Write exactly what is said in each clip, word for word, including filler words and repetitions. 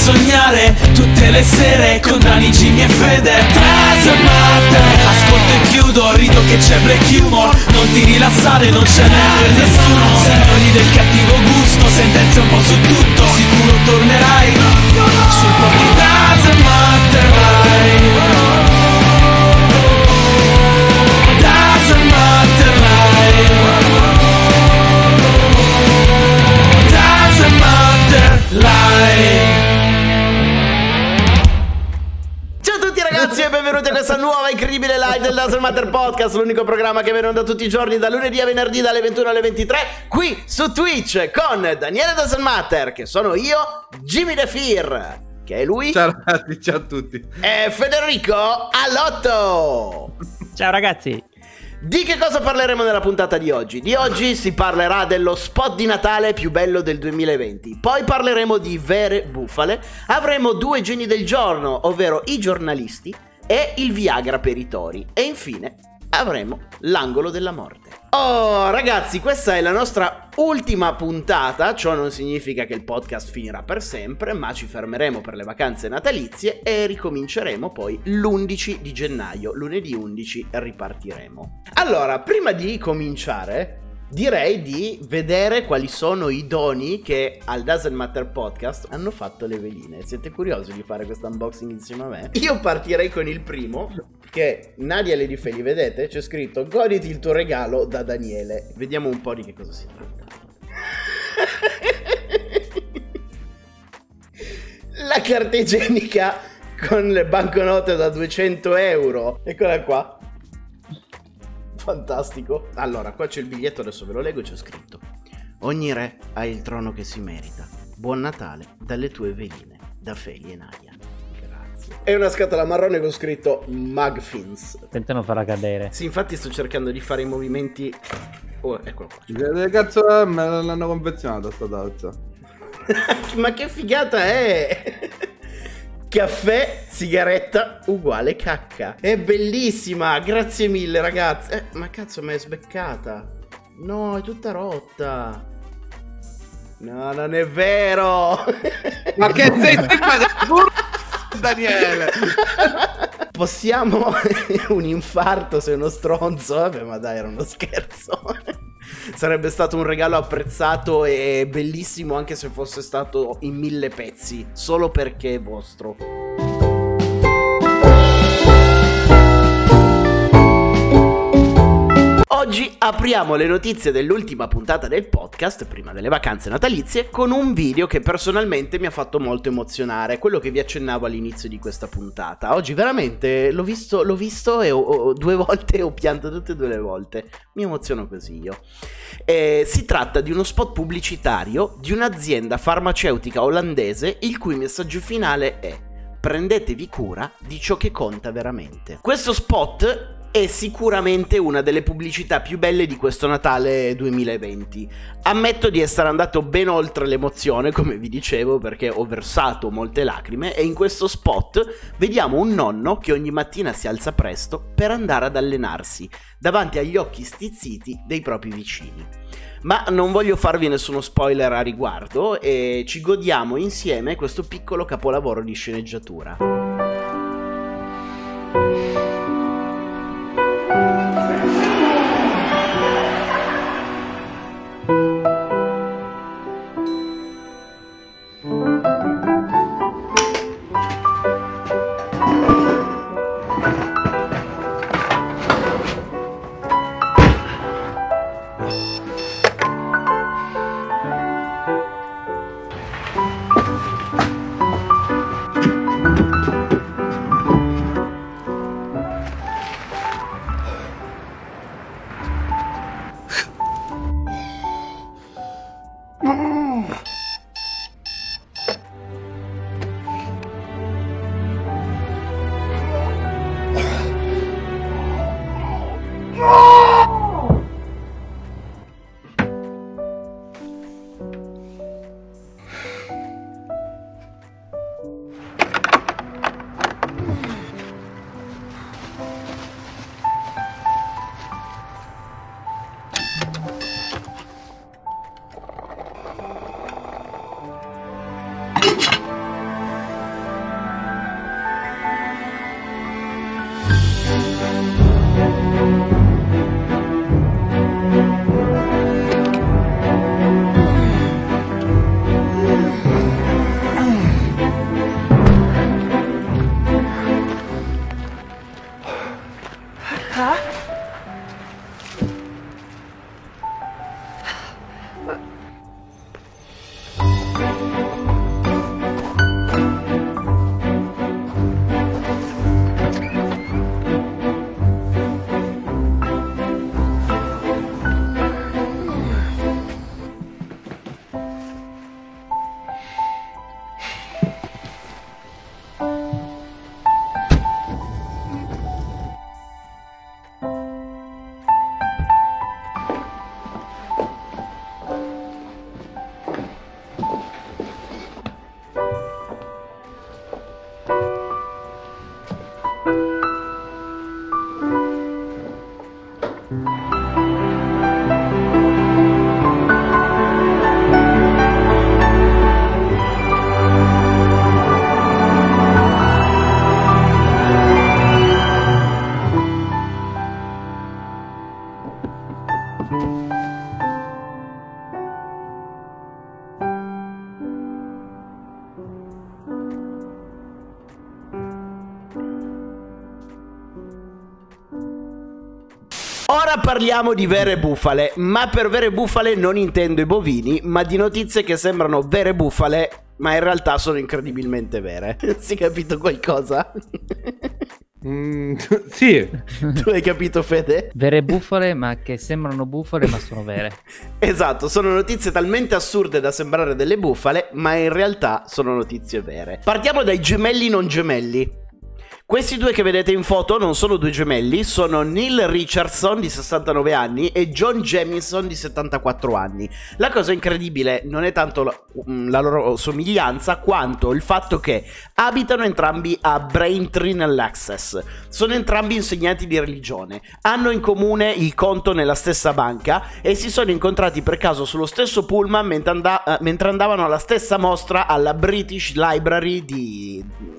sognare tutte le sere con Dani, Jimmy e Fede. Doesn't matter. Ascolto e chiudo, rido che c'è black humor. Non ti rilassare, non c'è neanche nessuno. Signori del cattivo gusto, sentenze un po' su tutto. Sicuro tornerai sul po' di Doesn't matter mai. Doesn't matter mai. Doesn't matter mai. Ciao a tutti ragazzi e benvenuti a questa nuova incredibile live del Doesn't Matter Podcast, l'unico programma che viene onda tutti i giorni da lunedì a venerdì dalle ventuno alle ventitré qui su Twitch con Daniele Doesn't Matter, che sono io, Jimmy The Fear, che è lui. Ciao ragazzi, ciao a tutti. E Federico Allotto. Ciao ragazzi. Di che cosa parleremo nella puntata di oggi? Di oggi si parlerà dello spot di Natale più bello del duemilaventi. Poi parleremo di vere bufale. Avremo due geni del giorno, ovvero i giornalisti e il Viagra per i tori. E infine avremo l'angolo della morte. Oh ragazzi, questa è la nostra ultima puntata. Ciò non significa che il podcast finirà per sempre, ma ci fermeremo per le vacanze natalizie e ricominceremo poi l'undici di gennaio. Lunedì undici ripartiremo. Allora, prima di cominciare, direi di vedere quali sono i doni che al Doesn't Matter Podcast hanno fatto le veline. Siete curiosi di fare questo unboxing insieme a me? Io partirei con il primo, che Nadia Lady Feli, vedete? C'è scritto goditi il tuo regalo da Daniele. Vediamo un po' di che cosa si tratta. La carta igienica con le banconote da duecento euro. Eccola qua. Fantastico. Allora, qua c'è il biglietto, adesso ve lo leggo, c'è scritto: ogni re ha il trono che si merita. Buon Natale dalle tue veline, da Feli e Nadia. Grazie. È una scatola marrone con scritto Mugfins. Attento a non farla cadere. Sì, infatti sto cercando di fare i movimenti. Oh, eccolo qua. Che cazzo me l'hanno confezionata sta tazza? Ma che figata è! Caffè, sigaretta, uguale cacca. È bellissima, grazie mille ragazzi. Eh, ma cazzo, ma è sbeccata. No, è tutta rotta. No, non è vero. Ma che sei Daniele? Possiamo un infarto, sei uno stronzo. Vabbè, ma dai, era uno scherzo. Sarebbe stato un regalo apprezzato e bellissimo anche se fosse stato in mille pezzi, solo perché è vostro. Oggi apriamo le notizie dell'ultima puntata del podcast, prima delle vacanze natalizie, con un video che personalmente mi ha fatto molto emozionare, quello che vi accennavo all'inizio di questa puntata. Oggi veramente l'ho visto, l'ho visto e ho, ho, due volte ho pianto tutte e due le volte. Mi emoziono così io. Eh, si tratta di uno spot pubblicitario di un'azienda farmaceutica olandese il cui messaggio finale è: prendetevi cura di ciò che conta veramente. Questo spot è sicuramente una delle pubblicità più belle di questo Natale duemilaventi. Ammetto di essere andato ben oltre l'emozione, come vi dicevo, perché ho versato molte lacrime, e in questo spot vediamo un nonno che ogni mattina si alza presto per andare ad allenarsi davanti agli occhi stizziti dei propri vicini. Ma non voglio farvi nessuno spoiler a riguardo e ci godiamo insieme questo piccolo capolavoro di sceneggiatura. Ora parliamo di vere bufale, ma per vere bufale non intendo i bovini, ma di notizie che sembrano vere bufale, ma in realtà sono incredibilmente vere. Si è capito qualcosa? Mm, sì. Tu hai capito, Fede? Vere bufale, ma che sembrano bufale, ma sono vere. Esatto, sono notizie talmente assurde da sembrare delle bufale, ma in realtà sono notizie vere. Partiamo dai gemelli non gemelli. Questi due che vedete in foto non sono due gemelli, sono Neil Richardson di sessantanove anni e John Jamieson di settantaquattro anni. La cosa incredibile non è tanto la, la loro somiglianza quanto il fatto che abitano entrambi a Braintree nell'Essex. Sono entrambi insegnanti di religione, hanno in comune il conto nella stessa banca e si sono incontrati per caso sullo stesso pullman mentre, and- mentre andavano alla stessa mostra alla British Library di...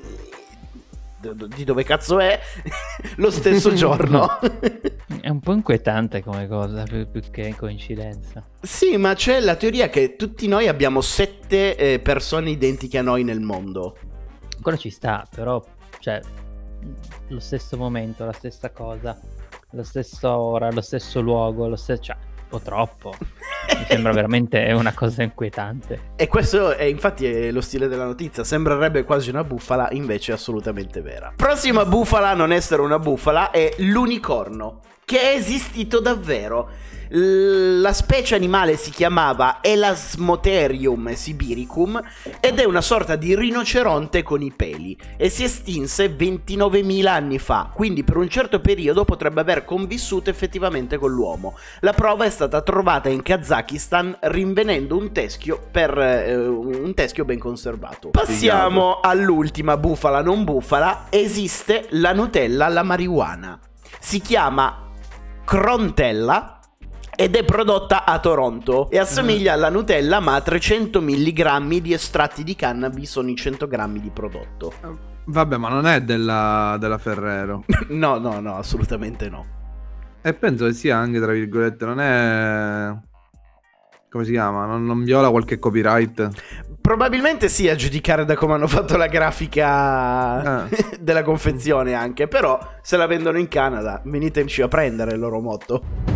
di dove cazzo è lo stesso giorno. È un po' inquietante come cosa, più, più che coincidenza. Sì, ma c'è la teoria che tutti noi abbiamo sette eh, persone identiche a noi nel mondo. Quello ci sta, però, cioè, lo stesso momento, la stessa cosa, la stessa ora, lo stesso luogo, lo stesso... cioè, un po' troppo. Mi sembra veramente una cosa inquietante. E questo è infatti è lo stile della notizia. Sembrerebbe quasi una bufala, invece è assolutamente vera. Prossima bufala a non essere una bufala è l'unicorno, che è esistito davvero. La specie animale si chiamava Elasmotherium sibiricum ed è una sorta di rinoceronte con i peli e si estinse ventinovemila anni fa, quindi per un certo periodo potrebbe aver convissuto effettivamente con l'uomo. La prova è stata trovata in Kazakistan rinvenendo un teschio per eh, un teschio ben conservato. Passiamo all'ultima bufala non bufala. Esiste la Nutella alla marijuana. Si chiama Crontella ed è prodotta a Toronto e assomiglia alla Nutella, ma ha trecento milligrammi di estratti di cannabis ogni cento grammi di prodotto. Vabbè, ma non è della, della Ferrero. No, no, no, assolutamente no. E penso che sia anche, tra virgolette, non è... come si chiama? Non, non viola qualche copyright? Probabilmente sì, a giudicare da come hanno fatto la grafica eh. della confezione anche. Però se la vendono in Canada, veniteci a prendere, il loro motto.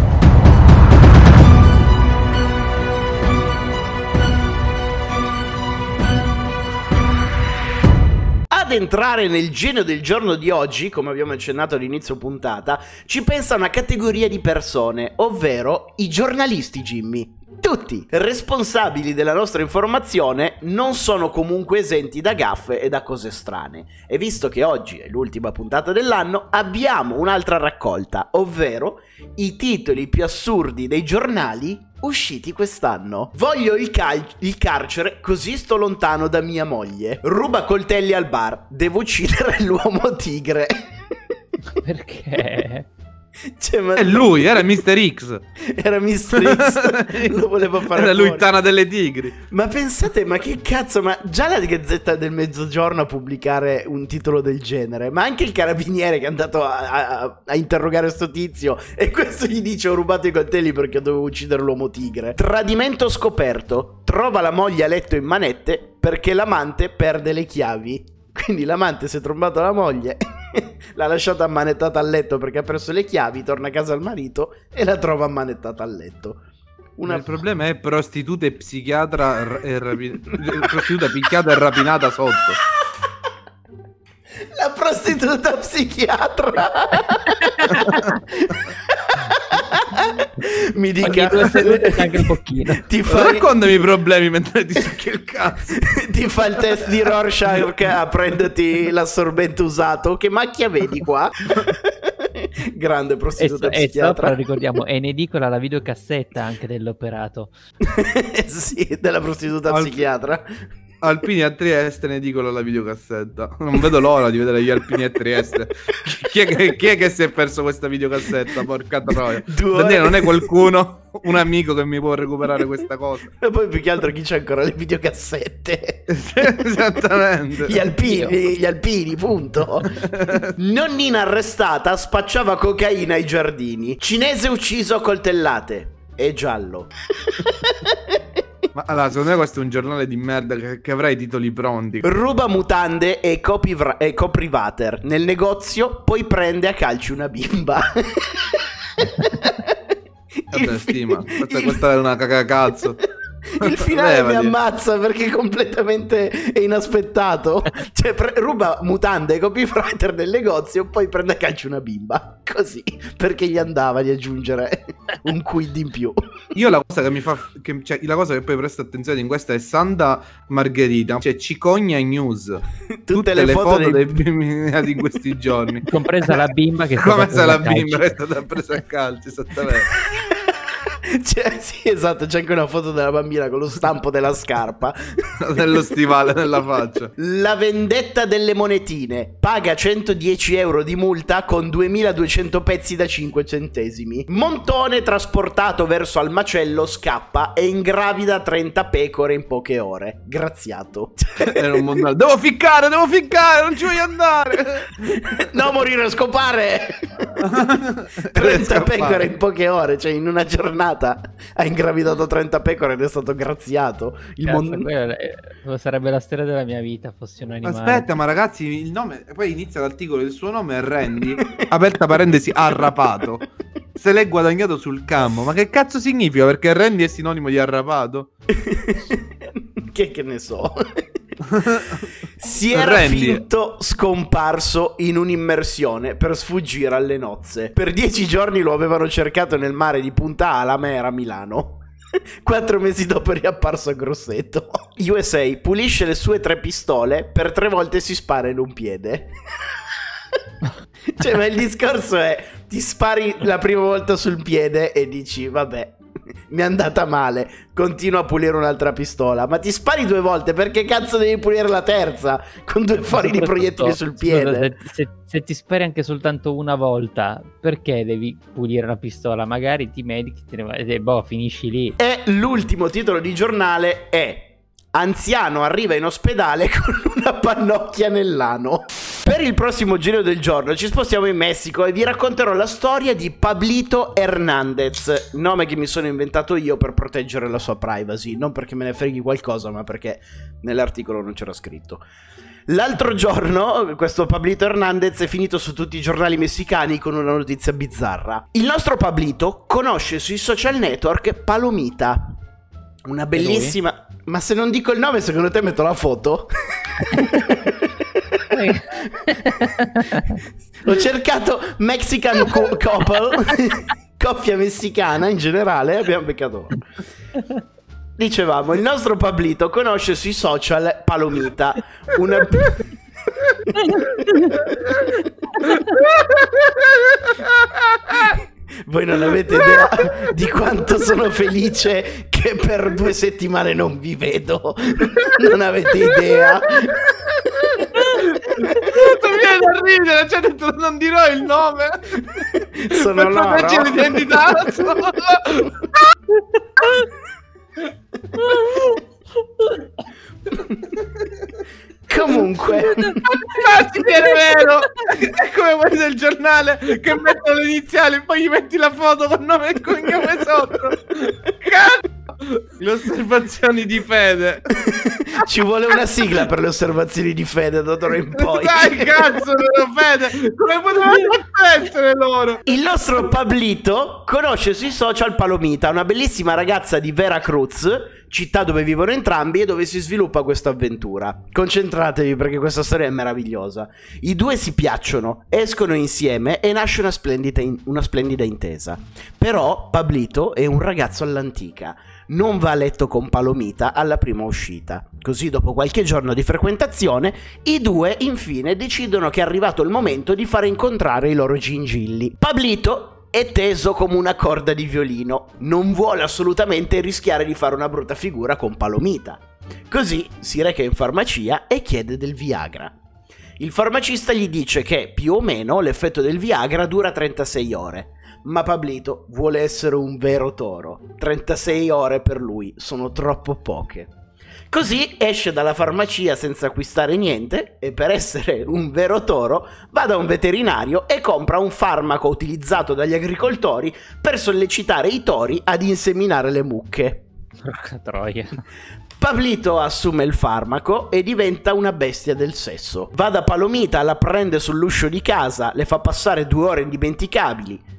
Ad entrare nel genio del giorno di oggi, come abbiamo accennato all'inizio puntata, ci pensa una categoria di persone, ovvero i giornalisti, Jimmy. Tutti responsabili della nostra informazione non sono comunque esenti da gaffe e da cose strane. E visto che oggi è l'ultima puntata dell'anno, abbiamo un'altra raccolta, ovvero i titoli più assurdi dei giornali usciti quest'anno. Voglio il, cal- il carcere, così sto lontano da mia moglie. Ruba coltelli al bar, devo uccidere l'uomo tigre. Perché? Cioè, ma... È lui, era mister X. Era mister X. Lo voleva fare Era lui, fuori. Tana delle Tigri. Ma pensate, ma che cazzo, ma già la Gazzetta del Mezzogiorno a pubblicare un titolo del genere, ma anche il carabiniere che è andato a, a, a interrogare sto tizio e questo gli dice: ho rubato i coltelli perché dovevo uccidere l'uomo tigre. Tradimento scoperto, trova la moglie a letto in manette perché l'amante perde le chiavi. Quindi l'amante si è trombato la moglie, l'ha lasciata ammanettata a letto perché ha perso le chiavi, torna a casa al marito e la trova ammanettata a letto. Una... Il problema è prostituta e psichiatra r- e rapi- prostituta picchiata e rapinata sotto. La prostituta psichiatra. Mi dica, ogni due sedute anche un pochino. Ti fa... Raccontami i problemi mentre ti succhi il cazzo. Ti fa il test di Rorschach a prenderti l'assorbente usato. Che macchia vedi qua? Grande prostituta e, psichiatra. E sopra ricordiamo, è in edicola la videocassetta anche dell'operato. Sì, della prostituta Al... psichiatra. Alpini a Trieste, ne dicono la videocassetta. Non vedo l'ora di vedere gli alpini a Trieste. Chi è, che, chi è che si è perso questa videocassetta? Porca troia. Daniele, non è qualcuno, un amico che mi può recuperare questa cosa? E poi più che altro chi c'ha ancora le videocassette? Esattamente. Gli alpini, gli alpini, punto. Nonnina arrestata, spacciava cocaina ai giardini. Cinese ucciso a coltellate. È giallo. Ma allora, secondo me questo è un giornale di merda che, che avrà i titoli pronti. Ruba mutande e, copivra- e coprivater nel negozio, poi prende a calci una bimba. Vabbè, stima, questa, il... questa è una cacacazzo. Il finale mi ammazza perché è completamente è inaspettato. Cioè, pre- ruba mutande ai copywriter del negozio, poi prende a calcio una bimba. Così, perché gli andava di aggiungere un quid in più. Io la cosa che mi fa, che, cioè, la cosa che poi presto attenzione in questa è Santa Margherita, cioè Cicogna News. Tutte, Tutte le, le foto, foto dei bimbi di questi giorni, compresa la bimba che come se la bimba è stata presa a calcio, esattamente. Cioè, sì, esatto, c'è anche una foto della bambina con lo stampo della scarpa dello stivale nella faccia. La vendetta delle monetine. Paga centodieci euro di multa con duemiladuecento pezzi da cinque centesimi. Montone trasportato verso al macello scappa e ingravida trenta pecore in poche ore. Graziato. Era un mondiale. Devo ficcare, devo ficcare, non ci voglio andare. No, morire, scopare. trenta pecore in poche ore, cioè in una giornata ha ingravidato trenta pecore ed è stato graziato. Il Cazzo, mon... quella è- sarebbe la storia della mia vita fossi un animale. Aspetta, ma ragazzi, il nome, poi inizia l'articolo, il suo nome è Randy, aperta parentesi, arrapato. Se l'è guadagnato sul campo. Ma che cazzo significa? Perché Randy è sinonimo di arrapato? che, che ne so. Si era Randy. finto scomparso in un'immersione per sfuggire alle nozze. Per dieci giorni lo avevano cercato nel mare di Punta Alama, era a Milano. Quattro mesi dopo è riapparso a Grosseto. U S A pulisce le sue tre pistole, per tre volte si spara in un piede. Cioè, ma il discorso è: ti spari la prima volta sul piede e dici vabbè, mi è andata male, continua a pulire un'altra pistola. Ma ti spari due volte, perché cazzo devi pulire la terza con due fori di proiettili sul piede? Scusa, se, se, se ti spari anche soltanto una volta, perché devi pulire una pistola? Magari ti medichi te ne vai, e boh, finisci lì. E l'ultimo titolo di giornale è: anziano arriva in ospedale con una pannocchia nell'ano. Per il prossimo giro del giorno ci spostiamo in Messico e vi racconterò la storia di Pablito Hernandez, nome che mi sono inventato io per proteggere la sua privacy, non perché me ne freghi qualcosa, ma perché nell'articolo non c'era scritto. L'altro giorno questo Pablito Hernandez è finito su tutti i giornali messicani con una notizia bizzarra. Il nostro Pablito conosce sui social network Palomita, una bellissima... Ma se non dico il nome, secondo te metto la foto? Ho cercato Mexican co- couple, coppia messicana in generale, abbiamo beccato. Dicevamo, il nostro Pablito conosce sui social Palomita, una... Voi non avete idea di quanto sono felice che per due settimane non vi vedo. Non avete idea. Mi viene da ridere, cioè detto, non dirò il nome. Sono per loro. proteggere l'identità. Sono... Comunque, ma sì, è vero. È come quelli del giornale che mettono le iniziali e poi gli metti la foto con nome e cognome sotto. Cazzo! Le osservazioni di Fede. Ci vuole una sigla per le osservazioni di Fede da d'ora in poi. Dai, cazzo, vero Fede? Come potevano essere loro? Il nostro Pablito conosce sui social Palomita, una bellissima ragazza di Veracruz, città dove vivono entrambi e dove si sviluppa questa avventura. Concentratevi perché questa storia è meravigliosa. I due si piacciono, escono insieme e nasce una splendida, in- una splendida intesa. Però Pablito è un ragazzo all'antica. Non va a letto con Palomita alla prima uscita. Così, dopo qualche giorno di frequentazione, i due infine decidono che è arrivato il momento di fare incontrare i loro gingilli. Pablito è teso come una corda di violino, non vuole assolutamente rischiare di fare una brutta figura con Palomita. Così si reca in farmacia e chiede del Viagra. Il farmacista gli dice che più o meno l'effetto del Viagra dura trentasei ore. Ma Pablito vuole essere un vero toro. trentasei ore per lui sono troppo poche. Così esce dalla farmacia senza acquistare niente e, per essere un vero toro, va da un veterinario e compra un farmaco utilizzato dagli agricoltori per sollecitare i tori ad inseminare le mucche. Porca troia. Pablito assume il farmaco e diventa una bestia del sesso. Va da Palomita, la prende sull'uscio di casa, le fa passare due ore indimenticabili.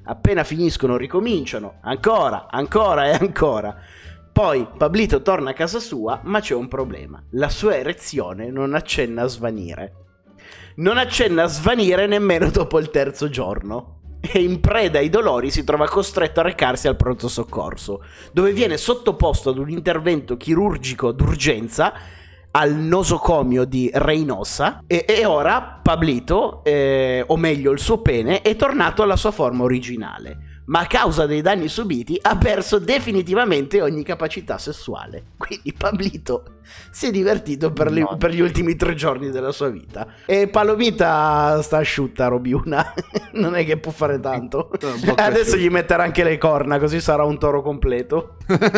appena finiscono ricominciano, ancora, ancora e ancora. Poi Pablito torna a casa sua, ma c'è un problema: la sua erezione non accenna a svanire. Non accenna a svanire nemmeno dopo il terzo giorno. E in preda ai dolori si trova costretto a recarsi al pronto soccorso, dove viene sottoposto ad un intervento chirurgico d'urgenza al nosocomio di Reynosa e, e ora Pablito, eh, o meglio il suo pene, è tornato alla sua forma originale, ma a causa dei danni subiti ha perso definitivamente ogni capacità sessuale. Quindi Pablito si è divertito per, le, per gli ultimi tre giorni della sua vita. E Palomita sta asciutta, Robiuna. Non è che può fare tanto. Adesso gli metterà anche le corna, così sarà un toro completo.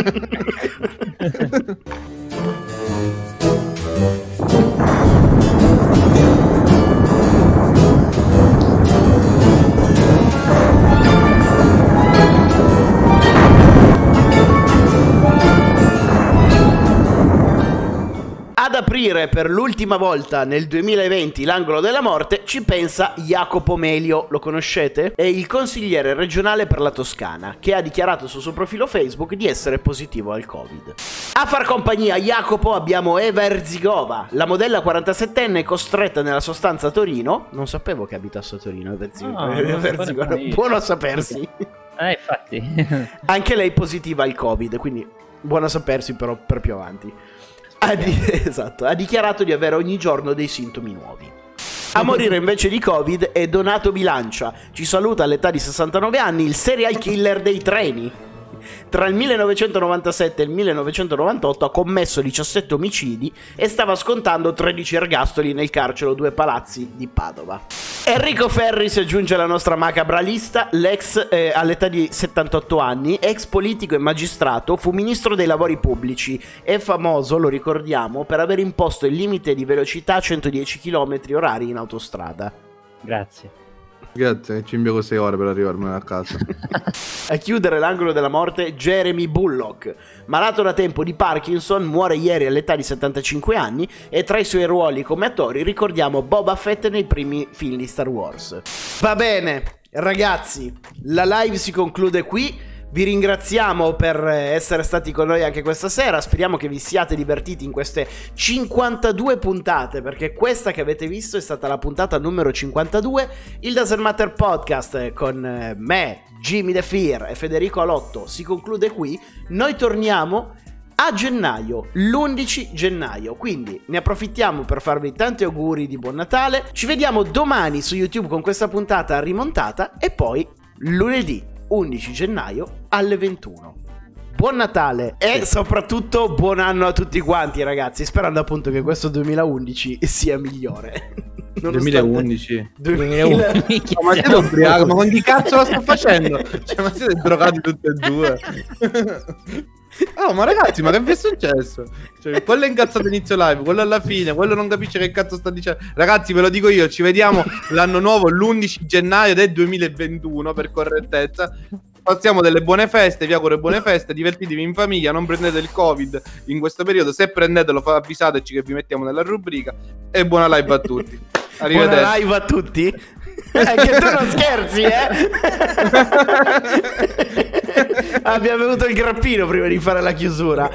Ad aprire per l'ultima volta nel duemilaventi l'angolo della morte ci pensa Jacopo Melio. Lo conoscete? È il consigliere regionale per la Toscana, che ha dichiarato sul suo profilo Facebook di essere positivo al Covid. A far compagnia a Jacopo abbiamo Eva Erzigova, la modella quarantasettenne costretta nella sostanza a Torino. Non sapevo che abitasse a Torino Eva Erzigova. No, Eva Erzigova. Buono a sapersi. Eh, infatti. Anche lei positiva al Covid, quindi buono a sapersi però per più avanti. Ha, di- esatto, ha dichiarato di avere ogni giorno dei sintomi nuovi. A morire invece di Covid è Donato Bilancia. Ci saluta all'età di sessantanove anni, il serial killer dei treni. Tra il millenovecentonovantasette e il millenovecentonovantotto ha commesso diciassette omicidi e stava scontando tredici ergastoli nel carcere Due Palazzi di Padova. Enrico Ferri si aggiunge alla nostra macabra lista. L'ex, eh, all'età di settantotto anni, ex politico e magistrato, fu ministro dei lavori pubblici. È famoso, lo ricordiamo, per aver imposto il limite di velocità a centodieci chilometri orari in autostrada. Grazie. Grazie, ci impiego sei ore per arrivarmene a casa. A chiudere l'angolo della morte, Jeremy Bullock. Malato da tempo di Parkinson, muore ieri all'età di settantacinque anni e tra i suoi ruoli come attori ricordiamo Boba Fett nei primi film di Star Wars. Va bene, ragazzi, la live si conclude qui. Vi ringraziamo per essere stati con noi anche questa sera. Speriamo che vi siate divertiti in queste cinquantadue puntate, perché questa che avete visto è stata la puntata numero cinquantadue. Il Doesn't Matter Podcast con me, Jimmy The Fear e Federico Alotto si conclude qui. Noi torniamo a gennaio, l'undici gennaio, quindi ne approfittiamo per farvi tanti auguri di buon Natale. Ci vediamo domani su YouTube con questa puntata rimontata e poi lunedì undici gennaio alle ventuno. Buon Natale e soprattutto buon anno a tutti quanti, ragazzi, sperando appunto che questo duemilaundici sia migliore. duemilaundici duemilaundici Ma siete ubriaco? Ma con chi cazzo la sto facendo? Cioè, ma siete drogati tutti e due? Oh, ma ragazzi, ma che vi è successo? Cioè, quello è incazzato inizio live, quello alla fine, quello non capisce che cazzo sta dicendo. Ragazzi, ve lo dico io, ci vediamo l'anno nuovo l'undici gennaio del duemilaventuno, per correttezza. Passiamo delle buone feste, vi auguro buone feste, divertitevi in famiglia, non prendete il Covid in questo periodo. Se prendetelo, avvisateci che vi mettiamo nella rubrica. E buona live a tutti. Arrivederci. Buona live a tutti. Anche tu non scherzi, eh? Abbiamo avuto il grappino prima di fare la chiusura.